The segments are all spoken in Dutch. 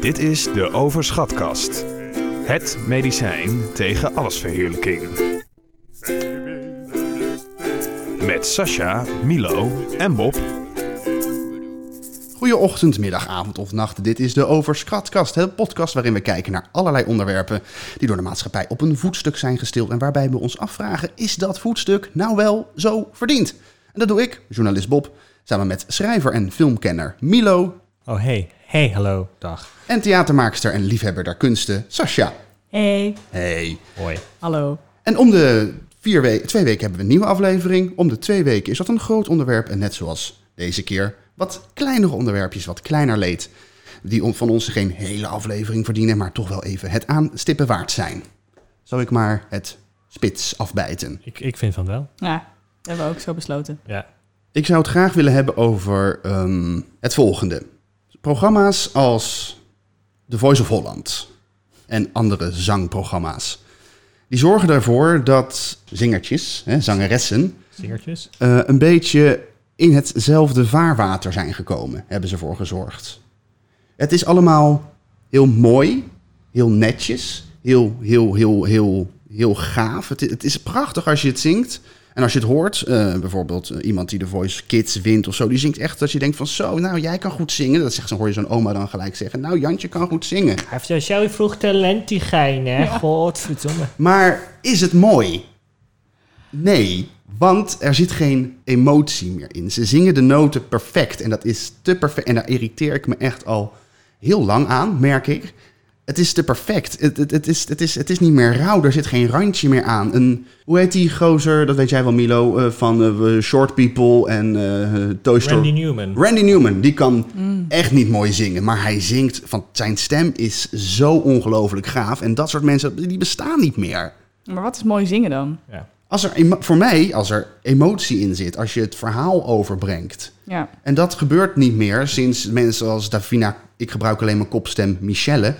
Dit is de Overschatkast. Het medicijn tegen allesverheerlijking. Met Sascha, Milo en Bob. Goeie middag, avond of nacht. Dit is de Overschatkast, het podcast waarin we kijken naar allerlei onderwerpen die door de maatschappij op een voetstuk zijn gestild en waarbij we ons afvragen, is dat voetstuk nou wel zo verdiend? En dat doe ik, journalist Bob, samen met schrijver en filmkenner Milo. Oh, hey. Hey, hallo. Dag. En theatermaakster en liefhebber der kunsten, Sascha. Hey. Hey. Hoi. Hallo. En om de 2 weken hebben we een nieuwe aflevering. Om de 2 weken is dat een groot onderwerp. En net zoals deze keer wat kleinere onderwerpjes, wat kleiner leed. Die van ons geen hele aflevering verdienen, maar toch wel even het aanstippen waard zijn. Zal ik maar het spits afbijten? Ik vind van wel. Ja, dat hebben we ook zo besloten. Ja. Ik zou het graag willen hebben over het volgende. Programma's als The Voice of Holland en andere zangprogramma's. Die zorgen ervoor dat zingertjes, zangeressen, Zingertjes. een beetje in hetzelfde vaarwater zijn gekomen, hebben ze voor gezorgd. Het is allemaal heel mooi, heel netjes, heel gaaf. Het is prachtig als je het zingt. En als je het hoort, bijvoorbeeld iemand die The Voice Kids wint of zo, die zingt echt dat je denkt van zo, nou jij kan goed zingen. Dat zegt, dan hoor je zo'n oma dan gelijk zeggen, nou Jantje kan goed zingen. Hij heeft zo vroeg talent, die gein, hè? Ja. Godverdomme. Maar is het mooi? Nee, want er zit geen emotie meer in. Ze zingen de noten perfect en dat is te perfect. En daar irriteer ik me echt al heel lang aan, merk ik. Het is te perfect. Het is niet meer rauw. Er zit geen randje meer aan. Hoe heet die gozer, dat weet jij wel Milo, van Short People en Toy Story. Randy Newman. Randy Newman, die kan echt niet mooi zingen. Maar hij zingt, zijn stem is zo ongelooflijk gaaf. En dat soort mensen, die bestaan niet meer. Maar wat is mooi zingen dan? Ja. Voor mij, als er emotie in zit, als je het verhaal overbrengt. Ja. En dat gebeurt niet meer sinds mensen als Davina, ik gebruik alleen mijn kopstem, Michelle,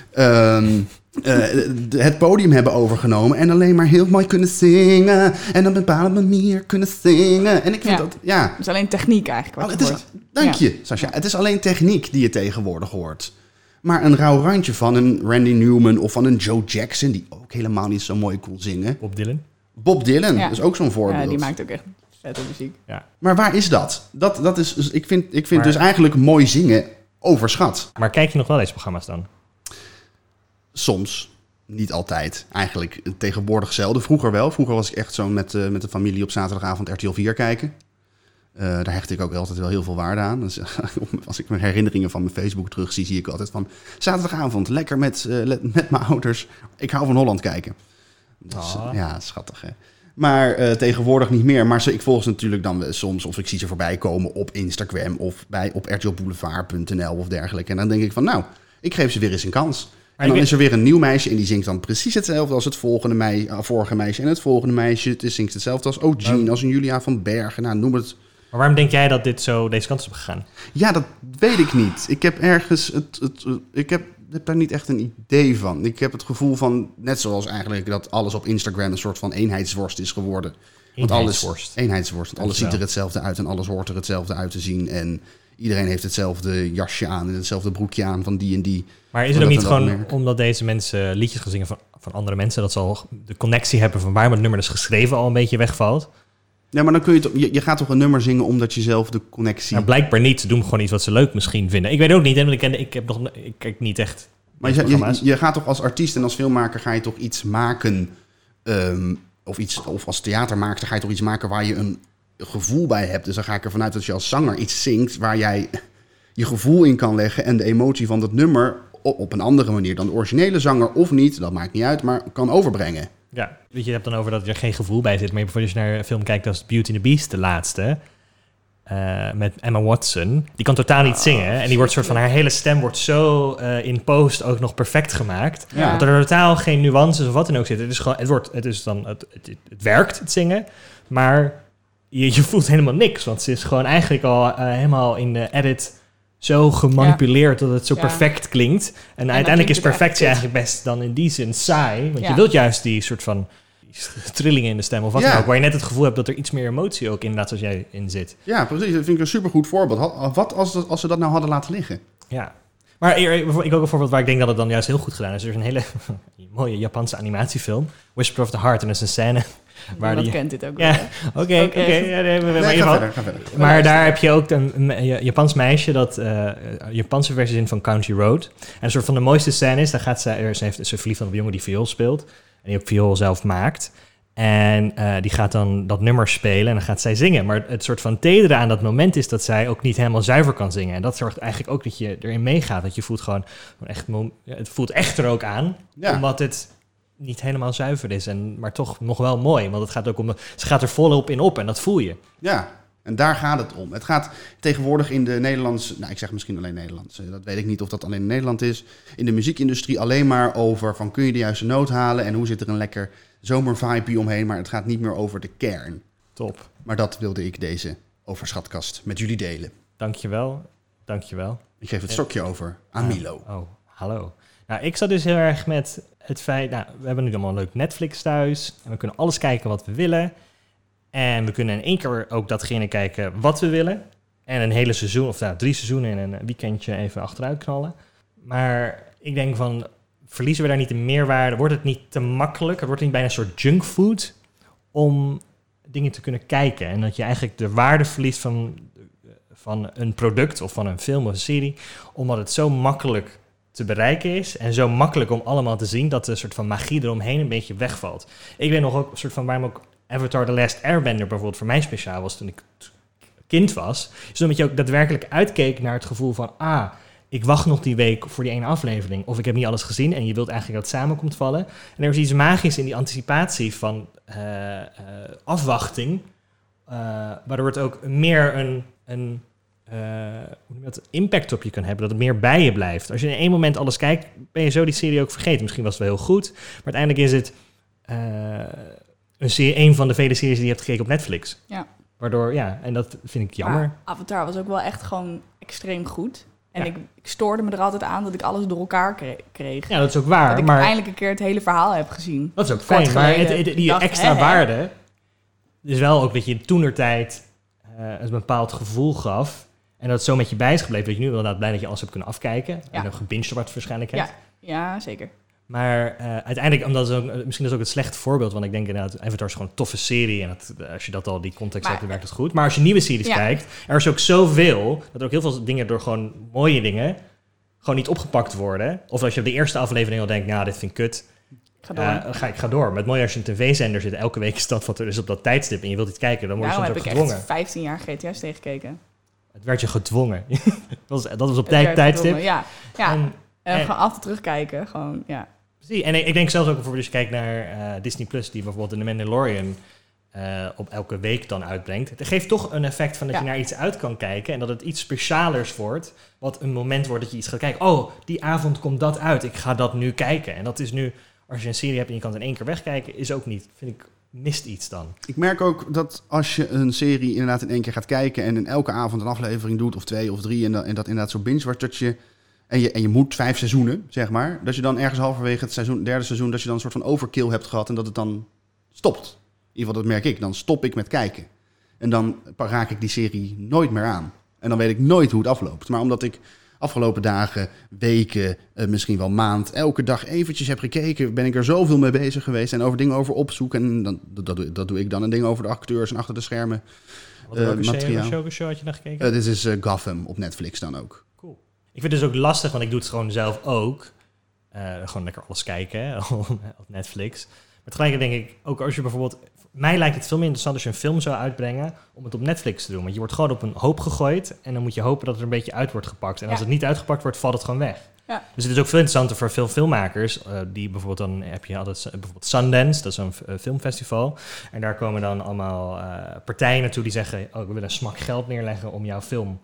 het podium hebben overgenomen en alleen maar heel mooi kunnen zingen en op een bepaalde manier kunnen zingen. En ik vind dat, ja. Het is alleen techniek eigenlijk wat het hoort. Dank je, Sascha. Het is alleen techniek die je tegenwoordig hoort. Maar een rauw randje van een Randy Newman of van een Joe Jackson, die ook helemaal niet zo mooi kon zingen. Bob Dylan, dat is ook zo'n voorbeeld. Ja, die maakt ook echt vette muziek. Ja. Maar waar is dat? Dat is ik vind dus eigenlijk mooi zingen overschat. Maar kijk je nog wel deze programma's dan? Soms. Niet altijd. Eigenlijk tegenwoordig zelden. Vroeger wel. Vroeger was ik echt zo met de familie op zaterdagavond RTL 4 kijken. Daar hecht ik ook altijd wel heel veel waarde aan. Dus, als ik mijn herinneringen van mijn Facebook terugzie, zie ik altijd van zaterdagavond lekker met mijn ouders. Ik hou van Holland kijken. Dus, ja, schattig hè. Maar tegenwoordig niet meer. Maar ik volg ze natuurlijk dan soms, of ik zie ze voorbij komen op Instagram of op rtlboulevard.nl of dergelijke. En dan denk ik van nou, ik geef ze weer eens een kans. En dan is er weer een nieuw meisje en die zingt dan precies hetzelfde als het vorige meisje. En het volgende meisje het zingt hetzelfde als Jean, als een Julia van Bergen. Nou, noem het. Maar waarom denk jij dat dit zo deze kant is gegaan? Ja, dat weet ik niet. Ik heb ergens ik heb daar niet echt een idee van. Ik heb het gevoel van, net zoals eigenlijk dat alles op Instagram een soort van eenheidsworst is geworden. Eenheidsworst. Want alles ziet er hetzelfde uit en alles hoort er hetzelfde uit te zien. En iedereen heeft hetzelfde jasje aan en hetzelfde broekje aan van die en die. Maar is het ook niet gewoon omdat deze mensen liedjes gaan zingen van andere mensen, dat ze al de connectie hebben van waarom het nummer is geschreven al een beetje wegvalt? Ja, maar dan kun je gaat toch een nummer zingen omdat je zelf de connectie... Nou, blijkbaar niet. Ze doen gewoon iets wat ze leuk misschien vinden. Ik weet ook niet, want ik kijk niet echt... Maar je gaat toch als artiest en als filmmaker ga je toch iets maken... of als theatermaker ga je toch iets maken waar je een gevoel bij hebt. Dus dan ga ik ervan uit dat je als zanger iets zingt waar jij je gevoel in kan leggen en de emotie van dat nummer op een andere manier dan de originele zanger of niet, dat maakt niet uit, maar kan overbrengen. Ja, je hebt dan over dat er geen gevoel bij zit. Maar bijvoorbeeld als je naar een film kijkt als Beauty and the Beast, de laatste, met Emma Watson, die kan totaal niet zingen. En die wordt soort van, haar hele stem wordt zo in post ook nog perfect gemaakt. Ja. Dat er totaal geen nuances of wat dan ook zit. Het is gewoon, het werkt, het zingen, maar je voelt helemaal niks. Want ze is gewoon eigenlijk al helemaal in de edit zo gemanipuleerd dat het zo perfect klinkt. En uiteindelijk is perfectie eigenlijk best dan in die zin saai. Want je wilt juist die soort van trillingen in de stem of wat dan ook. Waar je net het gevoel hebt dat er iets meer emotie ook inderdaad zoals jij in zit. Ja, precies. Dat vind ik een supergoed voorbeeld. Wat als ze dat nou hadden laten liggen? Ja. Maar ik ook een voorbeeld waar ik denk dat het dan juist heel goed gedaan is. Er is een hele mooie Japanse animatiefilm, Whisper of the Heart. En dat is een scène waar Niemand die... kent dit ook Ja, wel. oké. Ja, nee, maar in Nee, ieder ga geval- verder. Maar daar heb je ook een Japans meisje dat Japanse versie in van Country Road. En een soort van de mooiste scène is, daar gaat ze is verliefd op een jongen die viool speelt. En die ook viool zelf maakt. En die gaat dan dat nummer spelen en dan gaat zij zingen. Maar het soort van tedere aan dat moment is dat zij ook niet helemaal zuiver kan zingen. En dat zorgt eigenlijk ook dat je erin meegaat. Dat je voelt gewoon echt, het voelt echter ook aan. Ja. Omdat het niet helemaal zuiver is. Maar toch nog wel mooi. Want het gaat ook om, ze gaat er volop in op en dat voel je. Ja, en daar gaat het om. Het gaat tegenwoordig in de Nederlandse... Nou, ik zeg misschien alleen Nederlands. Dat weet ik niet of dat alleen in Nederland is. In de muziekindustrie alleen maar over van kun je de juiste noot halen... en hoe zit er een lekker zomervibe omheen. Maar het gaat niet meer over de kern. Top. Maar dat wilde ik deze overschatkast met jullie delen. Dankjewel. Ik geef het stokje over aan Milo. Oh, hallo. Nou, ik zat dus heel erg met het feit... Nou, we hebben nu allemaal een leuk Netflix thuis. En we kunnen alles kijken wat we willen. En we kunnen in één keer ook datgene kijken wat we willen. En een hele seizoen, of 3 seizoenen in een weekendje even achteruit knallen. Maar ik denk van, verliezen we daar niet de meerwaarde? Wordt het niet te makkelijk? Het wordt niet bijna een soort junkfood om dingen te kunnen kijken. En dat je eigenlijk de waarde verliest van een product of van een film of een serie. Omdat het zo makkelijk te bereiken is en zo makkelijk om allemaal te zien dat de soort van magie eromheen een beetje wegvalt. Ik weet nog ook een soort van waarom ook Avatar The Last Airbender bijvoorbeeld voor mij speciaal was toen ik kind was. Is omdat je ook daadwerkelijk uitkeek naar het gevoel van ik wacht nog die week voor die ene aflevering of ik heb niet alles gezien en je wilt eigenlijk dat het samen komt vallen. En er is iets magisch in die anticipatie van afwachting, waardoor het ook meer een impact op je kan hebben, dat het meer bij je blijft. Als je in één moment alles kijkt, ben je zo die serie ook vergeten. Misschien was het wel heel goed, maar uiteindelijk is het een van de vele series die je hebt gekeken op Netflix. Ja. Waardoor, en dat vind ik jammer. Maar Avatar was ook wel echt gewoon extreem goed. En Ja. ik stoorde me er altijd aan dat ik alles door elkaar kreeg. Ja, dat is ook waar, dat ik maar eindelijk een keer het hele verhaal heb gezien. dat is ook Kort fijn. Maar geleden die dacht, extra hè? waarde is wel ook dat je toenertijd een bepaald gevoel gaf. En dat het zo met je bij is gebleven. Dat je nu inderdaad blij dat je alles hebt kunnen afkijken. Ja. En nog gebinged wat waarschijnlijk hebt. Ja, zeker. Maar uiteindelijk, omdat het ook, misschien is het ook het slechte voorbeeld. Want ik denk inderdaad, Avatar is gewoon een toffe serie. En als je dat al die context hebt, dan werkt het goed. Maar als je nieuwe series kijkt, er is ook zoveel. Dat er ook heel veel dingen door gewoon mooie dingen gewoon niet opgepakt worden. Of als je op de eerste aflevering al denkt, nou, dit vind ik kut. Ik ga door. Ik ga door. Maar het mooie als je een tv-zender zit, elke week is dat wat er is op dat tijdstip en je wilt iets kijken, dan word je Daarom soms heb ook ik gedwongen. echt 15 jaar GTS tegenkeken. Het werd je gedwongen. dat was op Het werd tijdstip. gedwongen, Ja. En en- gewoon af en terugkijken. Gewoon, ja. Precies. En ik denk zelfs ook bijvoorbeeld als je kijkt naar Disney Plus, die bijvoorbeeld de Mandalorian op elke week dan uitbrengt. Het geeft toch een effect van dat je naar iets uit kan kijken en dat het iets specialers wordt. Wat een moment wordt dat je iets gaat kijken. Oh, die avond komt dat uit. Ik ga dat nu kijken. En dat is nu, als je een serie hebt en je kan het in één keer wegkijken, is ook niet, vind ik, mist iets dan. Ik merk ook dat als je een serie inderdaad in één keer gaat kijken en in elke avond een aflevering doet, of 2 of 3, en dat inderdaad zo binge wordt, dat je, en je moet 5 seizoenen, zeg maar, dat je dan ergens halverwege het derde seizoen, dat je dan een soort van overkill hebt gehad en dat het dan stopt. In ieder geval, dat merk ik. Dan stop ik met kijken. En dan raak ik die serie nooit meer aan. En dan weet ik nooit hoe het afloopt. Maar omdat ik afgelopen dagen, weken, misschien wel maand, elke dag eventjes heb gekeken, ben ik er zoveel mee bezig geweest en over dingen over opzoeken. En dan, dat doe ik dan. En dingen over de acteurs en achter de schermen. Welke materiaal. show had je dan gekeken? Dit is Gotham op Netflix dan ook. Cool. Ik vind het dus ook lastig, want ik doe het gewoon zelf ook. Gewoon lekker alles kijken hè, op Netflix. Maar tegelijkertijd denk ik, ook als je bijvoorbeeld... Mij lijkt het veel meer interessant als je een film zou uitbrengen om het op Netflix te doen. Want je wordt gewoon op een hoop gegooid en dan moet je hopen dat het er een beetje uit wordt gepakt. En als het niet uitgepakt wordt, valt het gewoon weg. Ja. Dus het is ook veel interessanter voor veel filmmakers. Die bijvoorbeeld dan heb je altijd bijvoorbeeld Sundance, dat is zo'n filmfestival. En daar komen dan allemaal partijen naartoe die zeggen, we willen een smak geld neerleggen om jouw film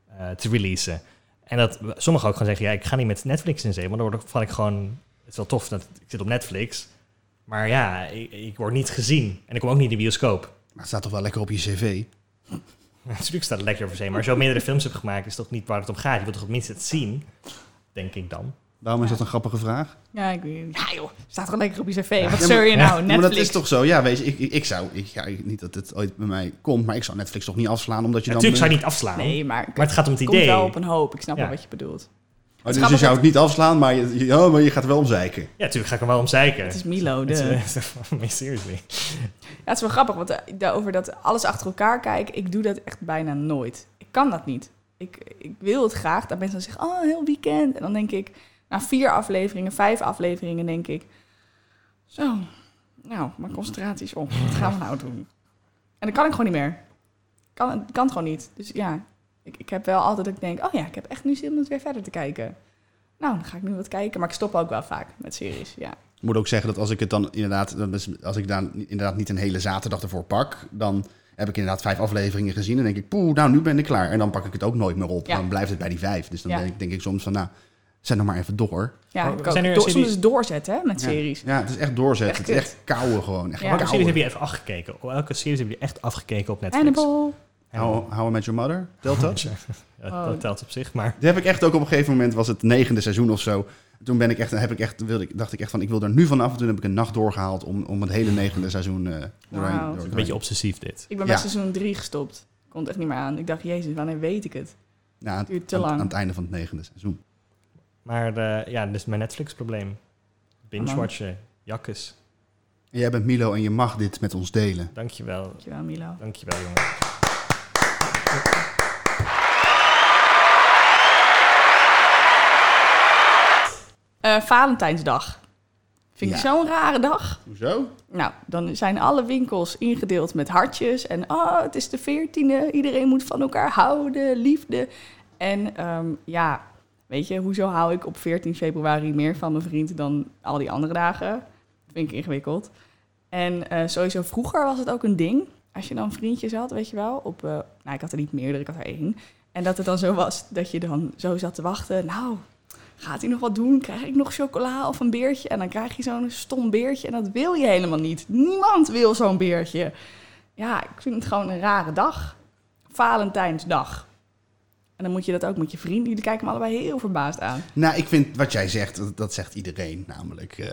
te releasen. En dat sommigen ook gewoon zeggen, ik ga niet met Netflix in zee, want dan val ik gewoon, het is wel tof dat ik zit op Netflix. Maar ja, ik word niet gezien. En ik kom ook niet in de bioscoop. Maar het staat toch wel lekker op je cv? Natuurlijk staat het lekker op zee. Maar als je al meerdere films hebt gemaakt, is toch niet waar het om gaat. Je wilt toch het minst het zien, denk ik dan. Waarom is dat een grappige vraag? Ja, ik weet niet. Ja joh, staat gewoon lekker op je cv. Wat Ja, zeur je maar- nou? Netflix. Maar dat is toch zo? Ja, weet je, ik zou niet dat het ooit bij mij komt, maar ik zou Netflix toch niet afslaan omdat je dan... Natuurlijk zou je niet afslaan. Nee, maar Maar het gaat om het komt idee. wel op een hoop. Ik snap Ja. wel wat je bedoelt. Dus je zou het niet afslaan, maar je gaat er wel om zeiken. Ja, natuurlijk ga ik hem wel om zeiken. Het is Milo. Seriously. Ja, het is wel grappig, want over dat alles achter elkaar kijken, ik doe dat echt bijna nooit. Ik kan dat niet. Ik wil het graag, dat mensen dan zeggen, heel weekend. En dan denk ik, na 4 afleveringen, 5 afleveringen, denk ik, zo, nou, mijn concentratie is op. Wat gaan we nou doen? En dan kan ik gewoon niet meer. Kan het gewoon niet. Dus ja, ik heb wel altijd dat ik denk, ik heb echt nu zin om het weer verder te kijken. Nou, dan ga ik nu wat kijken, maar ik stop ook wel vaak met series, ja. Ik moet ook zeggen dat als ik het dan inderdaad, als ik daar inderdaad niet een hele zaterdag ervoor pak, dan heb ik inderdaad 5 afleveringen gezien en denk ik, nou, nu ben ik klaar. En dan pak ik het ook nooit meer op. Ja. Dan blijft het bij die 5. Dus dan denk ik soms van, nou, zet nog maar even door. Ja, Oh, ik ook. zijn er Soms is het doorzetten, hè, met series. Ja, het is echt doorzetten. Echt het is echt kouwen gewoon. Echt Ja. Welke kouwen. series heb je even afgekeken? Welke series heb je echt afgekeken op Netflix? Hannibal. How I Met Your Mother, telt dat? Ja, dat telt op zich, maar... Die heb ik echt ook op een gegeven moment, was het 9e seizoen of zo. Toen dacht ik echt van, ik wil er nu vanaf. En toen heb ik een nacht doorgehaald om het hele 9e seizoen Wauw. Een beetje obsessief dit. Ik ben bij seizoen 3 gestopt. Ik kon het echt niet meer aan. Ik dacht, jezus, wanneer weet ik het? Ja, duurt te lang. aan het einde van het 9e seizoen. Maar dit is mijn Netflix-probleem. Binge-watchen, jakkes. En jij bent Milo en je mag dit met ons delen. Dankjewel. Dankjewel, Milo. Dankjewel, jongen. Valentijnsdag. Vind ik zo'n rare dag. Hoezo? Nou, dan zijn alle winkels ingedeeld met hartjes. En het is de 14e. Iedereen moet van elkaar houden, liefde. En weet je, hoezo hou ik op 14 februari meer van mijn vriend dan al die andere dagen? Vind ik ingewikkeld. En sowieso vroeger was het ook een ding. Als je dan vriendjes had, weet je wel. Ik had er niet meerdere, ik had er 1. En dat het dan zo was dat je dan zo zat te wachten. Nou, gaat hij nog wat doen? Krijg ik nog chocola of een beertje? En dan krijg je zo'n stom beertje en dat wil je helemaal niet. Niemand wil zo'n beertje. Ja, ik vind het gewoon een rare dag. Valentijnsdag. En dan moet je dat ook met je vrienden. Jullie kijken me allebei heel verbaasd aan. Nou, ik vind wat jij zegt, dat zegt iedereen namelijk.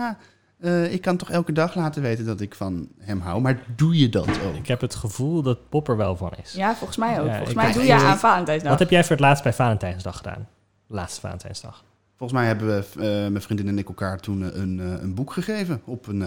Ik kan toch elke dag laten weten dat ik van hem hou. Maar doe je dat ook? Ik heb het gevoel dat Pop er wel van is. Ja, volgens mij ook. Ja, Volgens ik mij krijg doe je geen- aan Valentijnsdag. Wat heb jij voor het laatst bij Valentijnsdag gedaan? De laatste Valentijnsdag. Volgens mij hebben we, mijn vriendin en ik elkaar toen een boek gegeven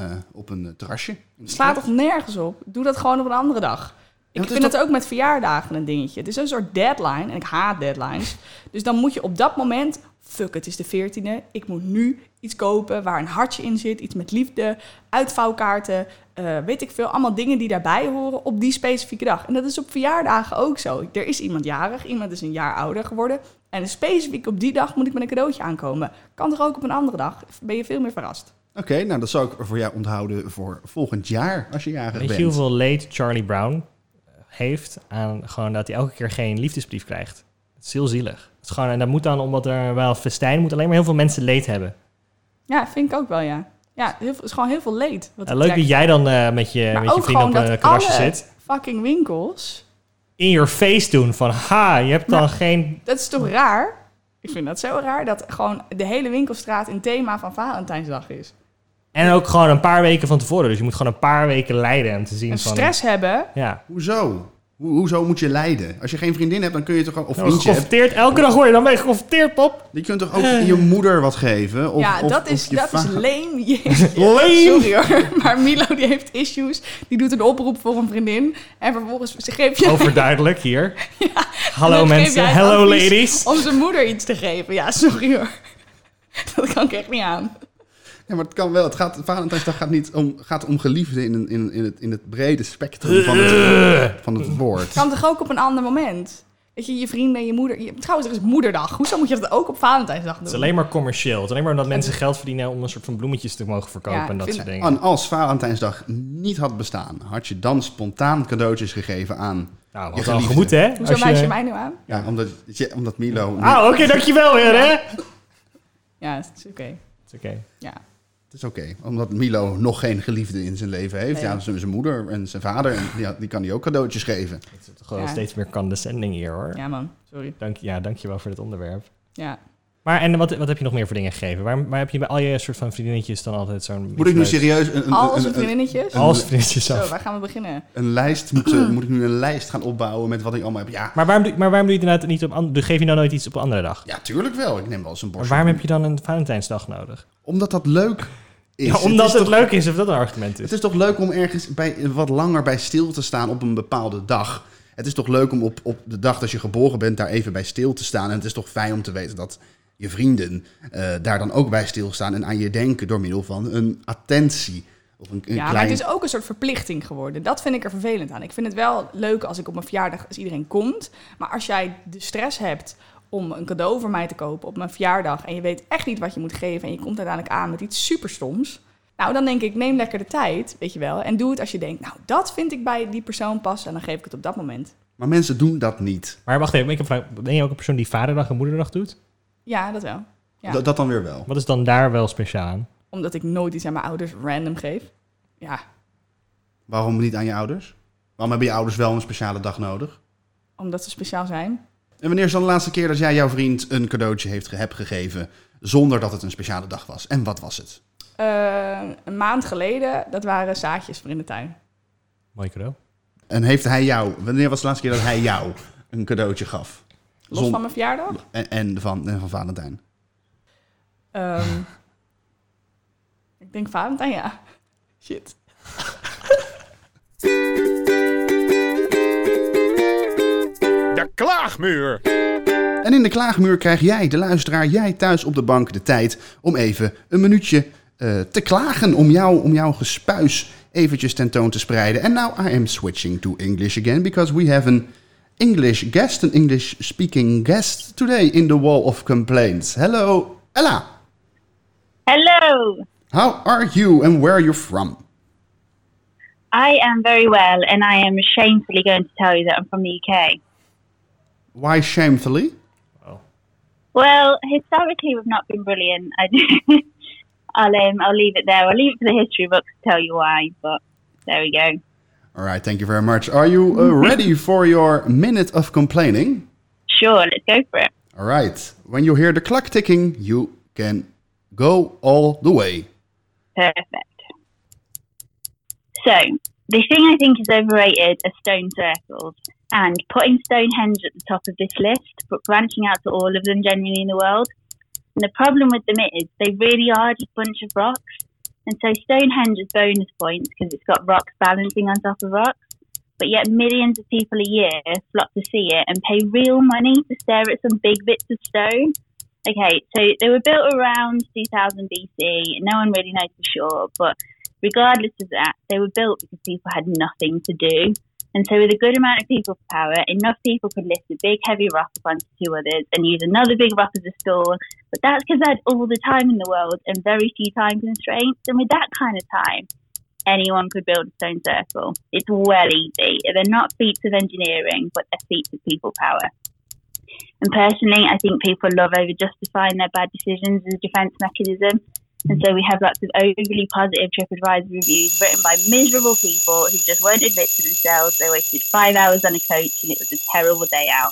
op een terrasje. Slaat toch nergens op? Doe dat gewoon op een andere dag. Ik het is vind het ook met verjaardagen een dingetje. Het is een soort deadline en ik haat deadlines. Dus dan moet je op dat moment... Fuck, het is de 14e. Ik moet nu iets kopen waar een hartje in zit. Iets met liefde, uitvouwkaarten, weet ik veel. Allemaal dingen die daarbij horen op die specifieke dag. En dat is op verjaardagen ook zo. Er is iemand jarig, iemand is een jaar ouder geworden. En specifiek op die dag moet ik met een cadeautje aankomen. Kan toch ook op een andere dag? Ben je veel meer verrast. Oké, nou dat zal ik voor jou onthouden voor volgend jaar als je jarig bent. Weet je hoeveel leed Charlie Brown heeft aan gewoon dat hij elke keer geen liefdesbrief krijgt? Het is heel zielig. Het is gewoon, en dat moet dan, omdat er wel festijn moet, alleen maar heel veel mensen leed hebben. Ja, vind ik ook wel, ja. Ja, het is gewoon heel veel leed. Wat het Leuk trekt. dat jij dan met je vrienden gewoon op dat een terrasje alle zit. fucking winkels... In your face doen van, je hebt dan geen... Dat is toch raar? Ik vind dat zo raar dat gewoon de hele winkelstraat een thema van Valentijnsdag is. En ook gewoon een paar weken van tevoren. Dus je moet gewoon een paar weken lijden om te zien En van... stress hebben. Ja. Hoezo? Hoezo moet je lijden? Als je geen vriendin hebt, dan kun je toch ook... Of Nou, vriendje hebt, geconfronteerd, elke dag hoor je, dan ben je geconfronteerd, Pop. je kunt toch ook je moeder wat geven? Of, Ja, of, dat of is je lame. Lame? Sorry hoor, maar Milo die heeft issues. Die doet een oproep voor een vriendin. En vervolgens geef je... Overduidelijk hier. Hallo dan geef mensen, jij het hello advies ladies. om zijn moeder iets te geven. Ja, sorry hoor. Dat kan ik echt niet aan. Ja, maar het kan wel. Valentijnsdag gaat om geliefden in het brede spectrum van het woord. Kan toch ook op een ander moment? Weet je, je vrienden, je moeder... Trouwens, er is moederdag. Hoezo moet je dat ook op Valentijnsdag doen? Het is alleen maar commercieel. Het is alleen maar omdat mensen geld verdienen om een soort van bloemetjes te mogen verkopen Ja, en dat ik soort vind- dingen. En als Valentijnsdag niet had bestaan, had je dan spontaan cadeautjes gegeven aan... Nou, je wat wel geliefde. gemoed, hè? Hoezo Als wijs je mij nu aan? Ja, omdat Milo... Oké, dankjewel weer, hè? Ja, het is oké. Het is oké. Ja. Het is oké, omdat Milo nog geen geliefde in zijn leven heeft. Nee. Ja, zijn moeder en zijn vader, en die kan hij ook cadeautjes geven. Het is toch gewoon Ja. steeds meer condescending hier, hoor. Ja man, sorry. Dankjewel voor dit onderwerp. Ja. Maar en wat heb je nog meer voor dingen gegeven? Waar heb je bij al je soort van vriendinnetjes dan altijd zo'n... Moet ik nu serieus Al zijn vriendinnetjes? Al zijn vriendinnetjes Zo, af. waar gaan we beginnen? een lijst moet ik nu een lijst gaan opbouwen met wat ik allemaal heb? Ja, Maar waarom doe je het inderdaad niet geef je nou nooit iets op een andere dag? ja, tuurlijk wel. Ik neem wel eens een Maar borst. waarom heb je dan een Valentijnsdag nodig? Omdat dat leuk is. Ja, omdat het toch- leuk is, of dat een argument Het is. is toch leuk om ergens wat langer bij stil te staan op een bepaalde dag. Het is toch leuk om op de dag dat je geboren bent daar even bij stil te staan. En het is toch fijn om te weten dat je vrienden daar dan ook bij stilstaan en aan je denken door middel van een attentie. Of een Ja, maar klein... het is ook een soort verplichting geworden. Dat vind ik er vervelend aan. Ik vind het wel leuk als ik op mijn verjaardag, als iedereen komt. Maar als jij de stress hebt om een cadeau voor mij te kopen op mijn verjaardag en je weet echt niet wat je moet geven en je komt uiteindelijk aan met iets superstoms. Nou, dan denk ik, neem lekker de tijd, weet je wel. En doe het als je denkt, nou, dat vind ik bij die persoon passen en dan geef ik het op dat moment. Maar mensen doen dat niet. Maar wacht even, ik heb een vraag. Ben je ook een persoon die vaderdag en moederdag doet? Ja, dat wel. Ja. Dat dan weer wel. Wat is dan daar wel speciaal aan? Omdat ik nooit iets aan mijn ouders random geef. Ja, Waarom niet aan je ouders? Waarom hebben je ouders wel een speciale dag nodig? omdat ze speciaal zijn. En wanneer is dan de laatste keer dat jij jouw vriend een cadeautje hebt gegeven zonder dat het een speciale dag was? En wat was het? Een maand geleden, dat waren zaadjes voor in de tuin. Mooi cadeau. En heeft hij jou, wanneer was de laatste keer dat hij jou een cadeautje gaf? Los van mijn verjaardag. En van Valentijn. Ik denk Valentijn, ja. Shit. De klaagmuur. En in de klaagmuur krijg jij, de luisteraar, jij thuis op de bank de tijd om even een minuutje te klagen. Om jouw gespuis eventjes tentoon te spreiden. And now I am switching to English again because we have an English guest, an English speaking guest today in the wall of complaints. Hello, Ella. Hello. How are you and where are you from? I am very well, and I am shamefully going to tell you that I'm from the UK. Why shamefully? Well, historically, we've not been brilliant. I'll leave it there. I'll leave it to the history books to tell you why, but there we go. All right, thank you very much. Are you ready for your minute of complaining? Sure, let's go for it. All right. When you hear the clock ticking, you can go all the way. Perfect. So, the thing I think is overrated are stone circles, and putting Stonehenge at the top of this list, but branching out to all of them genuinely in the world. And the problem with them is they really are just a bunch of rocks. And so Stonehenge is bonus points because it's got rocks balancing on top of rocks. But yet millions of people a year flock to see it and pay real money to stare at some big bits of stone. Okay, so they were built around 2000 BC. No one really knows for sure, but regardless of that, they were built because people had nothing to do. And so with a good amount of people power, enough people could lift a big heavy rock up onto two others and use another big rock as a stool. But that's because they had all the time in the world and very few time constraints. And with that kind of time, anyone could build a stone circle. It's well easy. They're not feats of engineering, but they're feats of people power. And personally, I think people love over-justifying their bad decisions as a defence mechanism. And so we have lots of overly positive TripAdvisor reviews written by miserable people who just won't admit to themselves they wasted 5 hours on a coach and it was a terrible day out.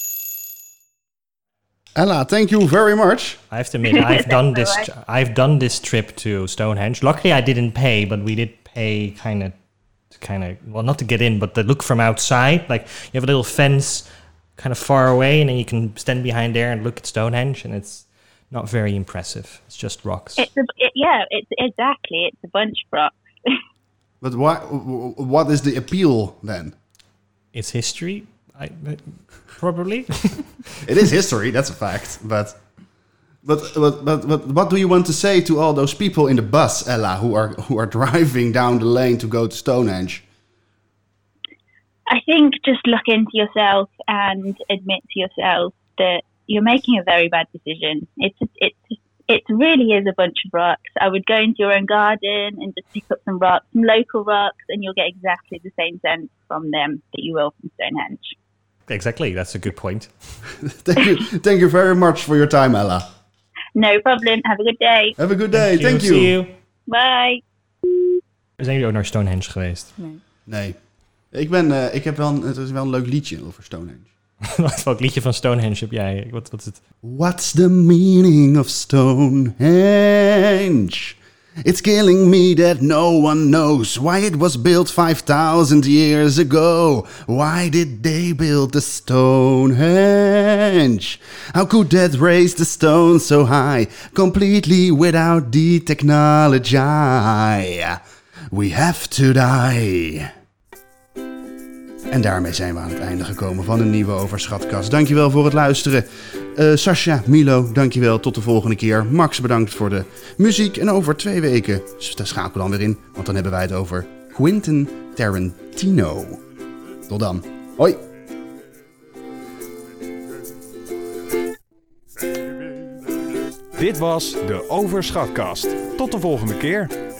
Ella, thank you very much. I have to admit, I've done this trip to Stonehenge. Luckily, I didn't pay, but we did pay kind of, well, not to get in, but to look from outside. Like, you have a little fence kind of far away, and then you can stand behind there and look at Stonehenge, and it's not very impressive. It's just rocks. It's a bunch of rocks. But what is the appeal then? It's history, probably. It is history, that's a fact. But what do you want to say to all those people in the bus, Ella, who are driving down the lane to go to Stonehenge? I think just look into yourself and admit to yourself that you're making a very bad decision. It really is a bunch of rocks. I would go into your own garden and just pick up some rocks, some local rocks, and you'll get exactly the same sense from them that you will from Stonehenge. Exactly, that's a good point. Thank you very much for your time, Ella. No problem. Have a good day. Have a good day. Thank you. See you. Bye. Zijn jullie ook naar Stonehenge geweest? Nee. Nee. Het is wel een leuk liedje over Stonehenge. Welk liedje van Stonehenge heb jij? Wat is het? What's the meaning of Stonehenge? It's killing me that no one knows why it was built 5,000 years ago. Why did they build the Stonehenge? How could that raise the stone so high, completely without the technology? We have to die. En daarmee zijn we aan het einde gekomen van een nieuwe Overschatkast. Dankjewel voor het luisteren. Sascha, Milo, dankjewel. Tot de volgende keer. Max, bedankt voor de muziek. En over 2 weken schakelen we dan weer in. Want dan hebben wij het over Quentin Tarantino. Tot dan. Hoi. Dit was de Overschatkast. Tot de volgende keer.